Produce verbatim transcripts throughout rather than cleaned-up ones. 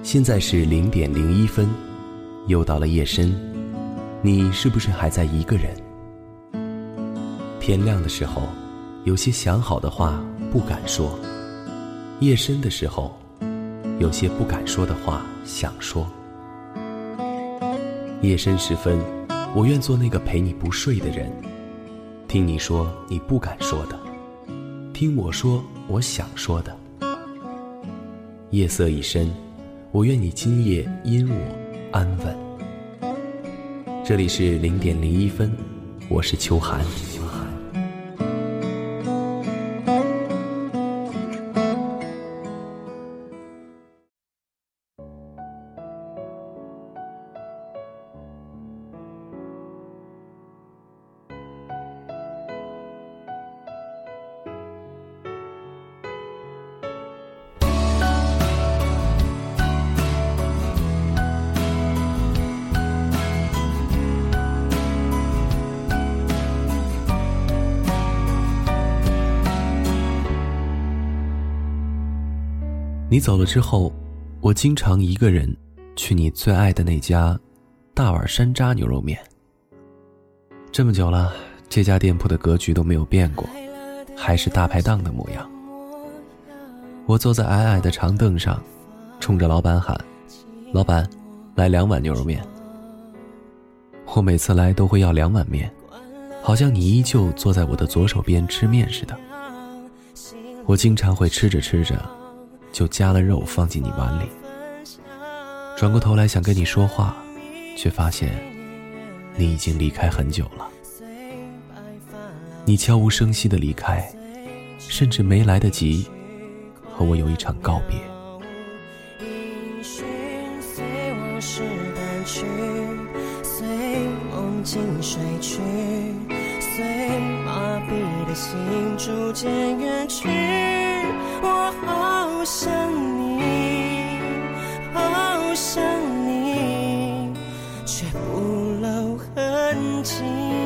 现在是零点零一分，又到了夜深，你是不是还在一个人？天亮的时候，有些想好的话不敢说；夜深的时候，有些不敢说的话想说。夜深时分，我愿做那个陪你不睡的人，听你说你不敢说的，听我说我想说的。夜色已深，我愿你今夜因我安稳。这里是零点零一分，我是秋寒。你走了之后，我经常一个人去你最爱的那家大碗山楂牛肉面。这么久了，这家店铺的格局都没有变过，还是大排档的模样。我坐在矮矮的长凳上，冲着老板喊：老板，来两碗牛肉面。我每次来都会要两碗面，好像你依旧坐在我的左手边吃面似的。我经常会吃着吃着就加了肉放进你碗里，转过头来想跟你说话，却发现你已经离开很久了。你悄无声息地离开，甚至没来得及和我有一场告别。 随梦境睡去，随麻痹的心逐渐远去，我好想你，好想你，却不露痕迹。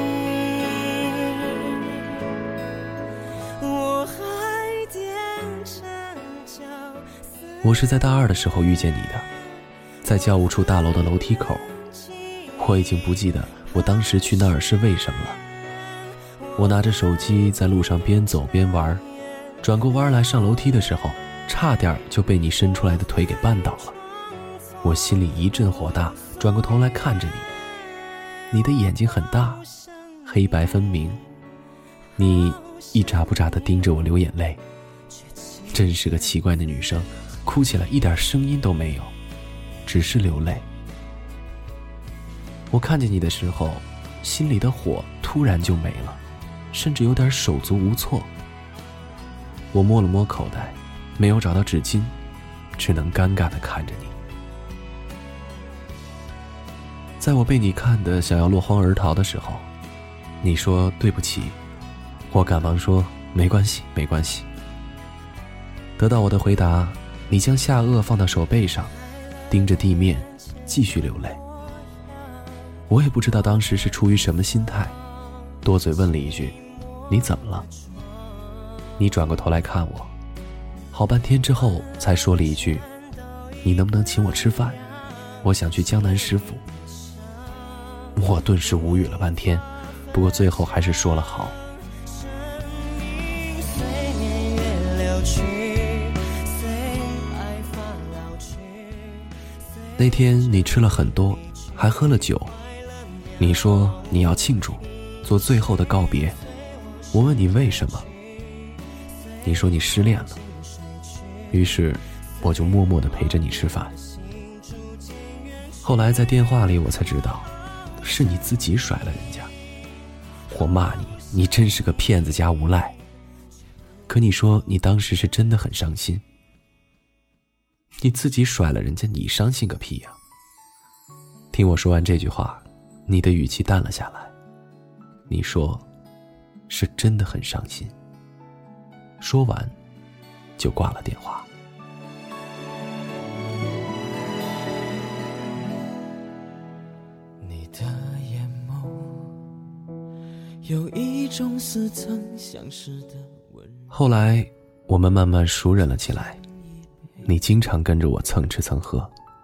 我还踮着脚， 我是在大二的时候遇见你的，在教务处大楼的楼梯口。我已经不记得我当时去那儿是为什么了。我拿着手机在路上边走边玩，转过弯来上楼梯的时候，差点就被你伸出来的腿给绊倒了。我心里一阵火大，转过头来看着你，你的眼睛很大，黑白分明，你一眨不眨地盯着我流眼泪。真是个奇怪的女生，哭起来一点声音都没有，只是流泪。我看见你的时候，心里的火突然就没了，甚至有点手足无措。我摸了摸口袋，没有找到纸巾，只能尴尬地看着你。在我被你看得想要落荒而逃的时候，你说对不起，我赶忙说没关系没关系。得到我的回答，你将下颚放到手背上，盯着地面继续流泪。我也不知道当时是出于什么心态，多嘴问了一句：你怎么了？你转过头来看我，好半天之后才说了一句：你能不能请我吃饭？我想去江南食府。我顿时无语了半天，不过最后还是说了好。那天你吃了很多，还喝了酒。你说你要庆祝，做最后的告别。我问你为什么，你说你失恋了。于是我就默默地陪着你吃饭。后来在电话里我才知道，是你自己甩了人家。我骂你，你真是个骗子加无赖。可你说你当时是真的很伤心。你自己甩了人家，你伤心个屁呀！听我说完这句话，你的语气淡了下来，你说是真的很伤心。说完就挂了电话。 你的眼眸有一种似曾相识的温柔。 后来我们慢慢熟人了起来，你经常跟着我蹭吃蹭喝，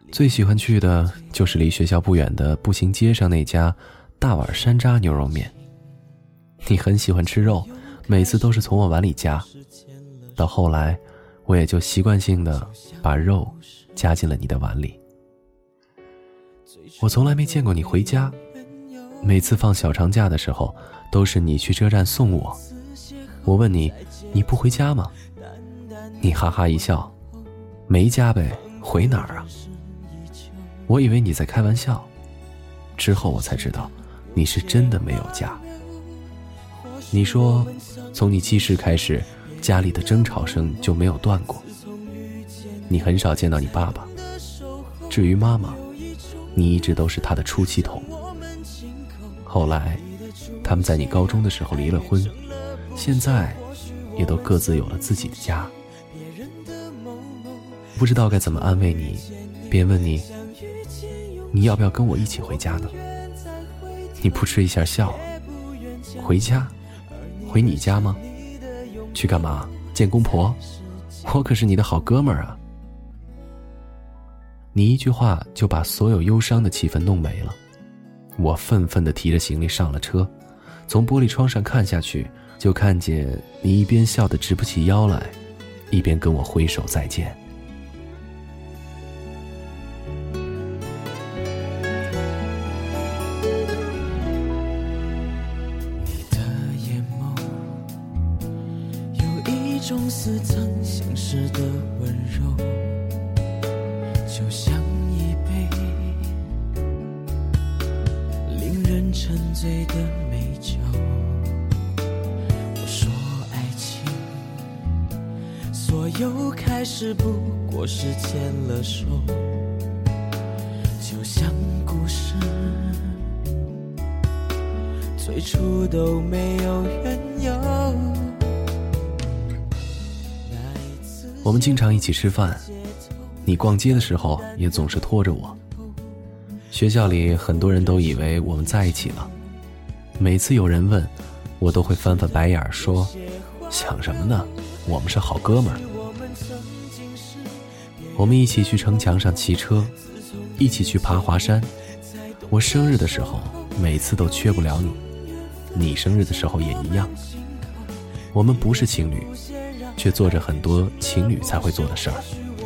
最喜欢去的就是离学校不远的步行街上那家大碗山楂牛肉面。你很喜欢吃肉，每次都是从我碗里夹，到后来我也就习惯性的把肉加进了你的碗里。我从来没见过你回家，每次放小长假的时候都是你去车站送我。我问你，你不回家吗？你哈哈一笑，没家呗，回哪儿啊？我以为你在开玩笑，之后我才知道你是真的没有家。你说从你记事开始，家里的争吵声就没有断过。你很少见到你爸爸，至于妈妈，你一直都是他的出气筒。后来他们在你高中的时候离了婚，现在也都各自有了自己的家。不知道该怎么安慰你，便问你，你要不要跟我一起回家呢？你扑哧一下笑了。回家？回你家吗？去干嘛？见公婆？我可是你的好哥们儿啊。你一句话就把所有忧伤的气氛弄没了。我愤愤地提着行李上了车，从玻璃窗上看下去，就看见你一边笑得直不起腰来，一边跟我挥手再见。 一种似曾相识的温柔，就像一杯令人沉醉的美酒。我说爱情所有开始不过是牵了手，就像故事最初都没有缘由。 我们经常一起吃饭，你逛街的时候也总是拖着我。学校里很多人都以为我们在一起了，每次有人问，我都会翻翻白眼说，想什么呢，我们是好哥们儿。我们一起去城墙上骑车，一起去爬华山。我生日的时候每次都缺不了你，你生日的时候也一样。我们不是情侣，却做着很多情侣才会做的事儿。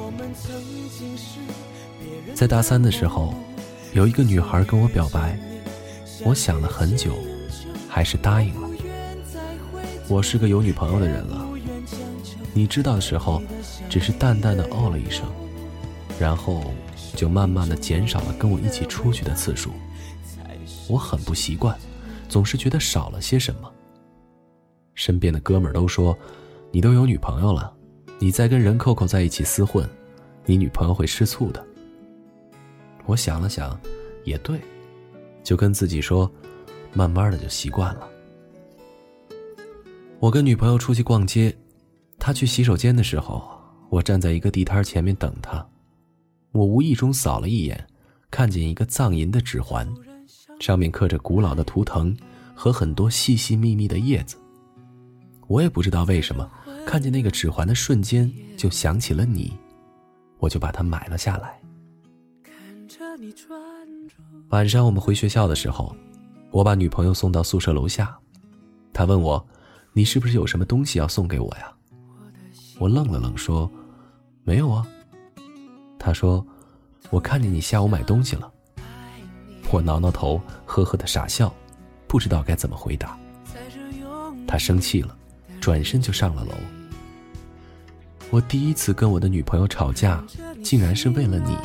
在大三的时候，有一个女孩跟我表白，我想了很久，还是答应了。我是个有女朋友的人了，你知道的时候，只是淡淡的哦了一声，然后就慢慢的减少了跟我一起出去的次数。我很不习惯，总是觉得少了些什么。身边的哥们儿都说，你都有女朋友了，你再跟人扣扣在一起厮混，你女朋友会吃醋的。我想了想，也对，就跟自己说，慢慢的就习惯了。我跟女朋友出去逛街，她去洗手间的时候，我站在一个地摊前面等她。我无意中扫了一眼，看见一个藏银的指环，上面刻着古老的图腾和很多细细密密的叶子。我也不知道为什么，看见那个指环的瞬间就想起了你，我就把它买了下来。晚上我们回学校的时候，我把女朋友送到宿舍楼下，她问我，你是不是有什么东西要送给我呀？我愣了愣说，没有啊。她说，我看见你下午买东西了。我挠挠头，呵呵的傻笑，不知道该怎么回答。她生气了，转身就上了楼。我第一次跟我的女朋友吵架，竟然是为了你。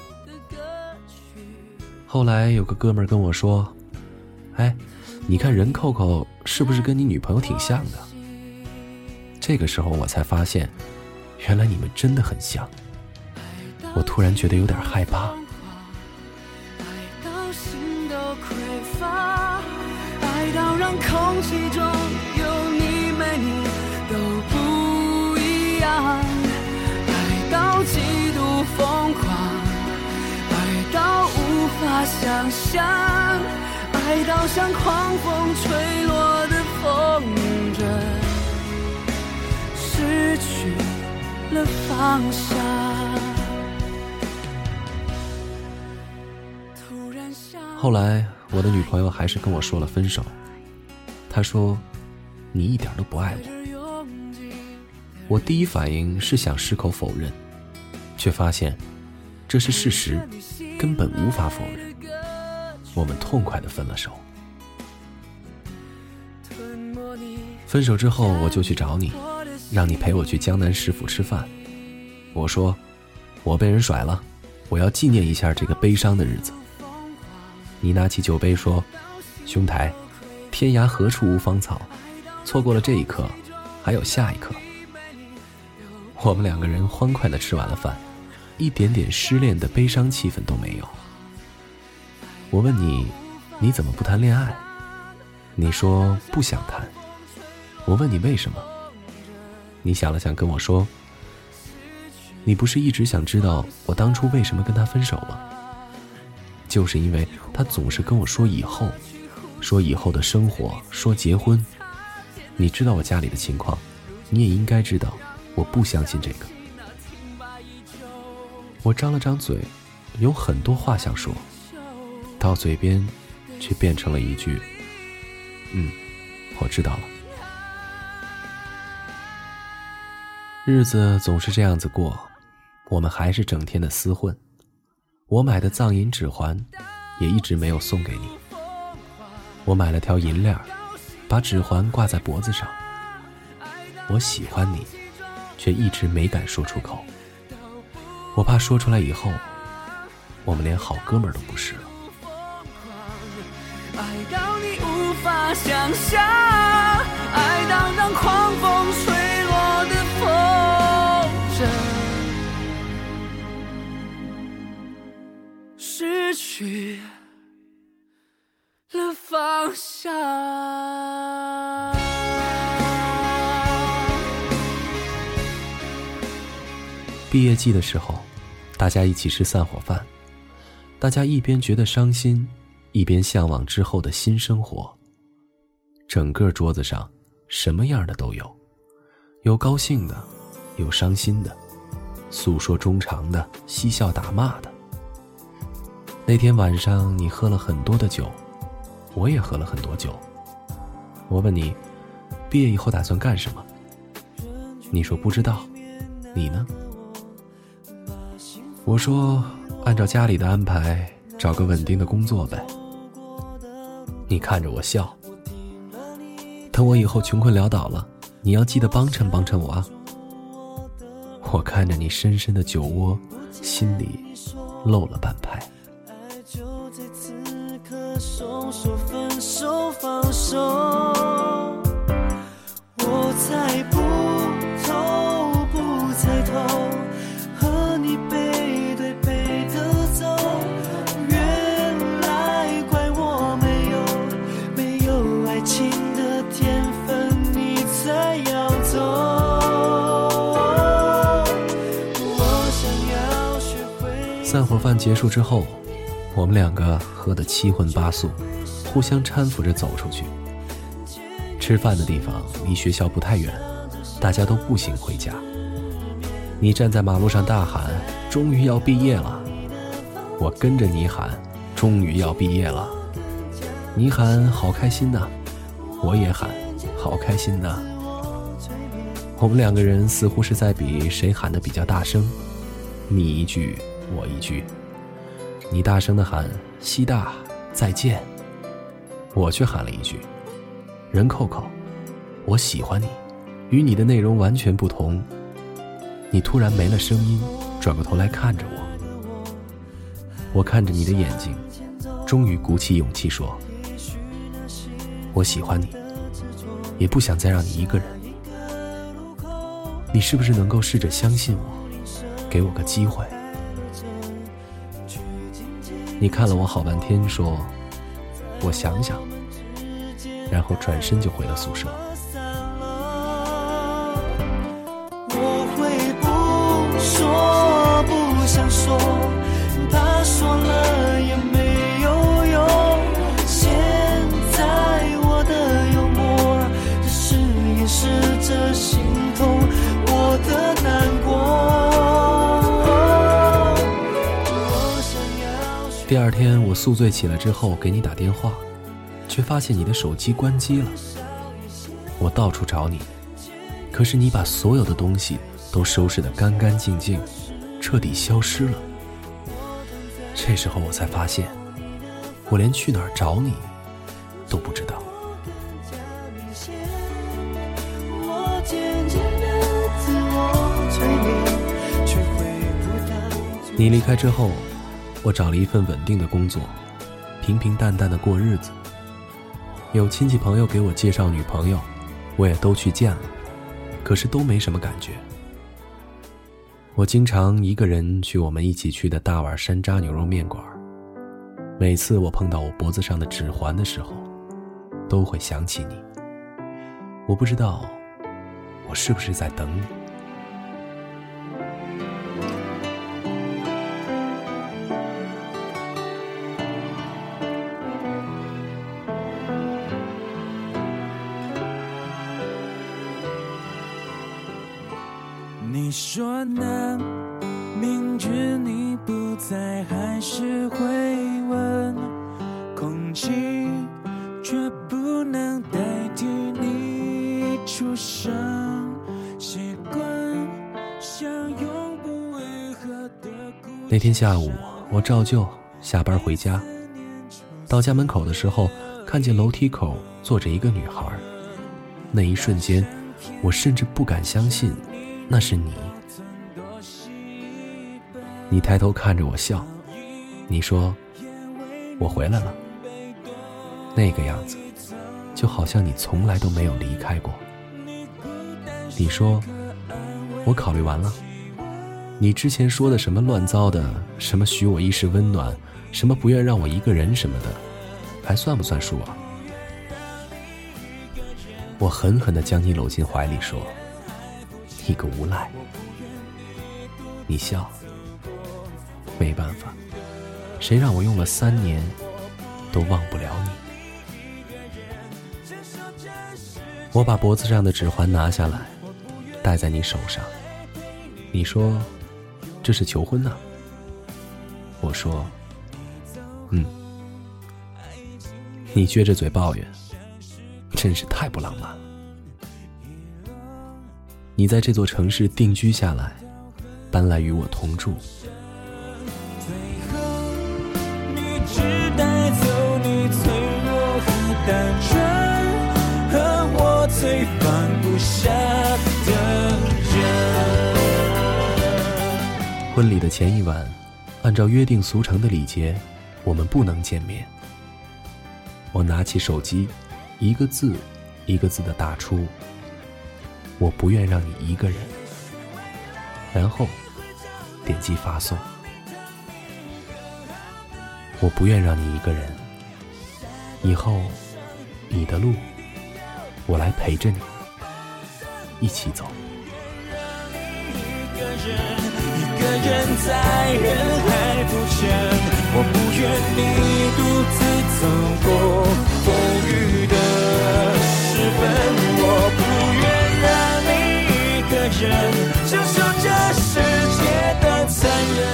后来有个哥们儿跟我说，哎，你看人扣扣是不是跟你女朋友挺像的？这个时候我才发现，原来你们真的很像。我突然觉得有点害怕。 爱到心都匮乏，爱到让空气中有你没你都不一样，爱到极度疯狂，爱到无法想象，爱到像狂风吹落的风筝，失去了方向。 后来我的女朋友还是跟我说了分手，她说你一点都不爱我。我第一反应是想矢口否认，却发现这是事实，根本无法否认。我们痛快地分了手。分手之后我就去找你，让你陪我去江南食府吃饭。我说我被人甩了，我要纪念一下这个悲伤的日子。你拿起酒杯说，兄台，天涯何处无芳草，错过了这一刻还有下一刻。我们两个人欢快地吃完了饭，一点点失恋的悲伤气氛都没有。我问你，你怎么不谈恋爱？你说不想谈。我问你为什么？你想了想跟我说，你不是一直想知道我当初为什么跟他分手吗？就是因为他总是跟我说以后，说以后的生活，说结婚。你知道我家里的情况，你也应该知道我不相信这个。我张了张嘴，有很多话想说，到嘴边却变成了一句嗯，我知道了。日子总是这样子过，我们还是整天的厮混。我买的藏银指环也一直没有送给你。我买了条银链，把指环挂在脖子上。我喜欢你，却一直没敢说出口。我怕说出来以后，我们连好哥们儿都不是了。 爱到你无法想象，爱到让狂风吹落的风筝，失去了方向。 毕业季的时候，大家一起吃散伙饭，大家一边觉得伤心，一边向往之后的新生活。整个桌子上什么样的都有，有高兴的，有伤心的，诉说衷肠的，嬉笑打骂的。那天晚上你喝了很多的酒，我也喝了很多酒。我问你毕业以后打算干什么，你说不知道。你呢？我说按照家里的安排找个稳定的工作呗。你看着我笑，等我以后穷困潦倒了，你要记得帮衬帮衬我啊。我看着你深深的酒窝，心里漏了半拍。 就在此刻松手分手放手，我才不头不抬头，和你背对背的走。原来怪我没有没有爱情的天分，你才要走。我想要学会。 散伙饭结束之后，我们两个喝得七荤八素，互相搀扶着走出去。吃饭的地方离学校不太远，大家都步行回家。你站在马路上大喊，终于要毕业了。我跟着你喊，终于要毕业了。你喊好开心呐，我也喊好开心呐。我们两个人似乎是在比谁喊得比较大声，你一句我一句。你大声地喊西大再见，我却喊了一句任扣扣我喜欢你。与你的内容完全不同。你突然没了声音，转过头来看着我。我看着你的眼睛，终于鼓起勇气说，我喜欢你，也不想再让你一个人。你是不是能够试着相信我，给我个机会？你看了我好半天，说我想想，然后转身就回了宿舍。 我会不说不想说，怕说了也没有用。现在我的幽默只是掩饰着心痛，我的难过。我想要学第二天我宿醉起来之后给你打电话，却发现你的手机关机了。我到处找你，可是你把所有的东西都收拾得干干净净，彻底消失了。这时候我才发现，我连去哪儿找你都不知道。你离开之后，我找了一份稳定的工作，平平淡淡的过日子。有亲戚朋友给我介绍女朋友，我也都去见了，可是都没什么感觉。我经常一个人去我们一起去的大碗山楂牛肉面馆，每次我碰到我脖子上的指环的时候，都会想起你。我不知道我是不是在等你。 你说呢？明知你不在，还是会问。空气却不能代替你出声。习惯像永不愈合的孤单。 那天下午，我照旧下班回家，到家门口的时候，看见楼梯口坐着一个女孩。那一瞬间，我甚至不敢相信那是你。你抬头看着我笑，你说我回来了，那个样子就好像你从来都没有离开过。你说我考虑完了，你之前说的什么乱糟的，什么许我一世温暖，什么不愿让我一个人什么的，还算不算数啊？我狠狠地将你搂进怀里说，你个无赖。你笑，没办法，谁让我用了三年都忘不了你。我把脖子上的指环拿下来，戴在你手上。你说这是求婚啊？我说嗯。你撅着嘴抱怨，真是太不浪漫了。你在这座城市定居下来，搬来与我同住。 你只带走你脆弱和单纯，和我最放不下的人。 婚礼的前一晚，按照约定俗成的礼节，我们不能见面。我拿起手机，一个字一个字地打出，我不愿让你一个人，然后点击发送。我不愿让你一个人，以后你的路我来陪着你一起走。 一个人一个人在人海浮沉，我不愿你独自走过风雨的时分，我不愿让你一个人承受这世界的残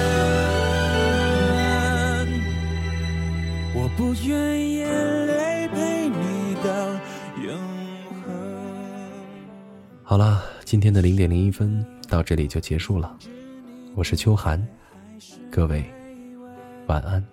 忍，我不愿眼泪陪你到永恒。 好了，今天的零点零一分到这里就结束了。我是秋寒，各位晚安。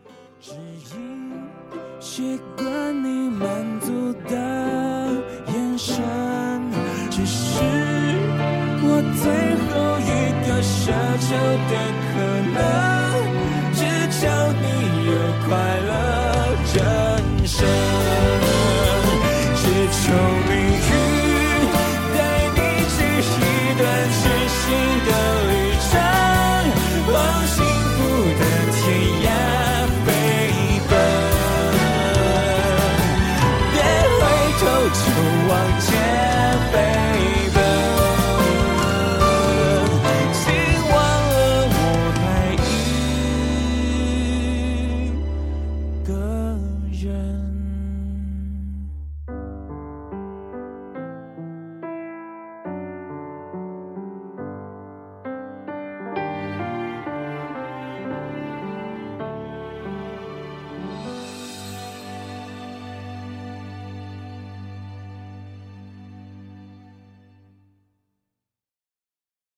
习惯你满足的眼神，只是我最后一个奢求的可能，只求你有快乐。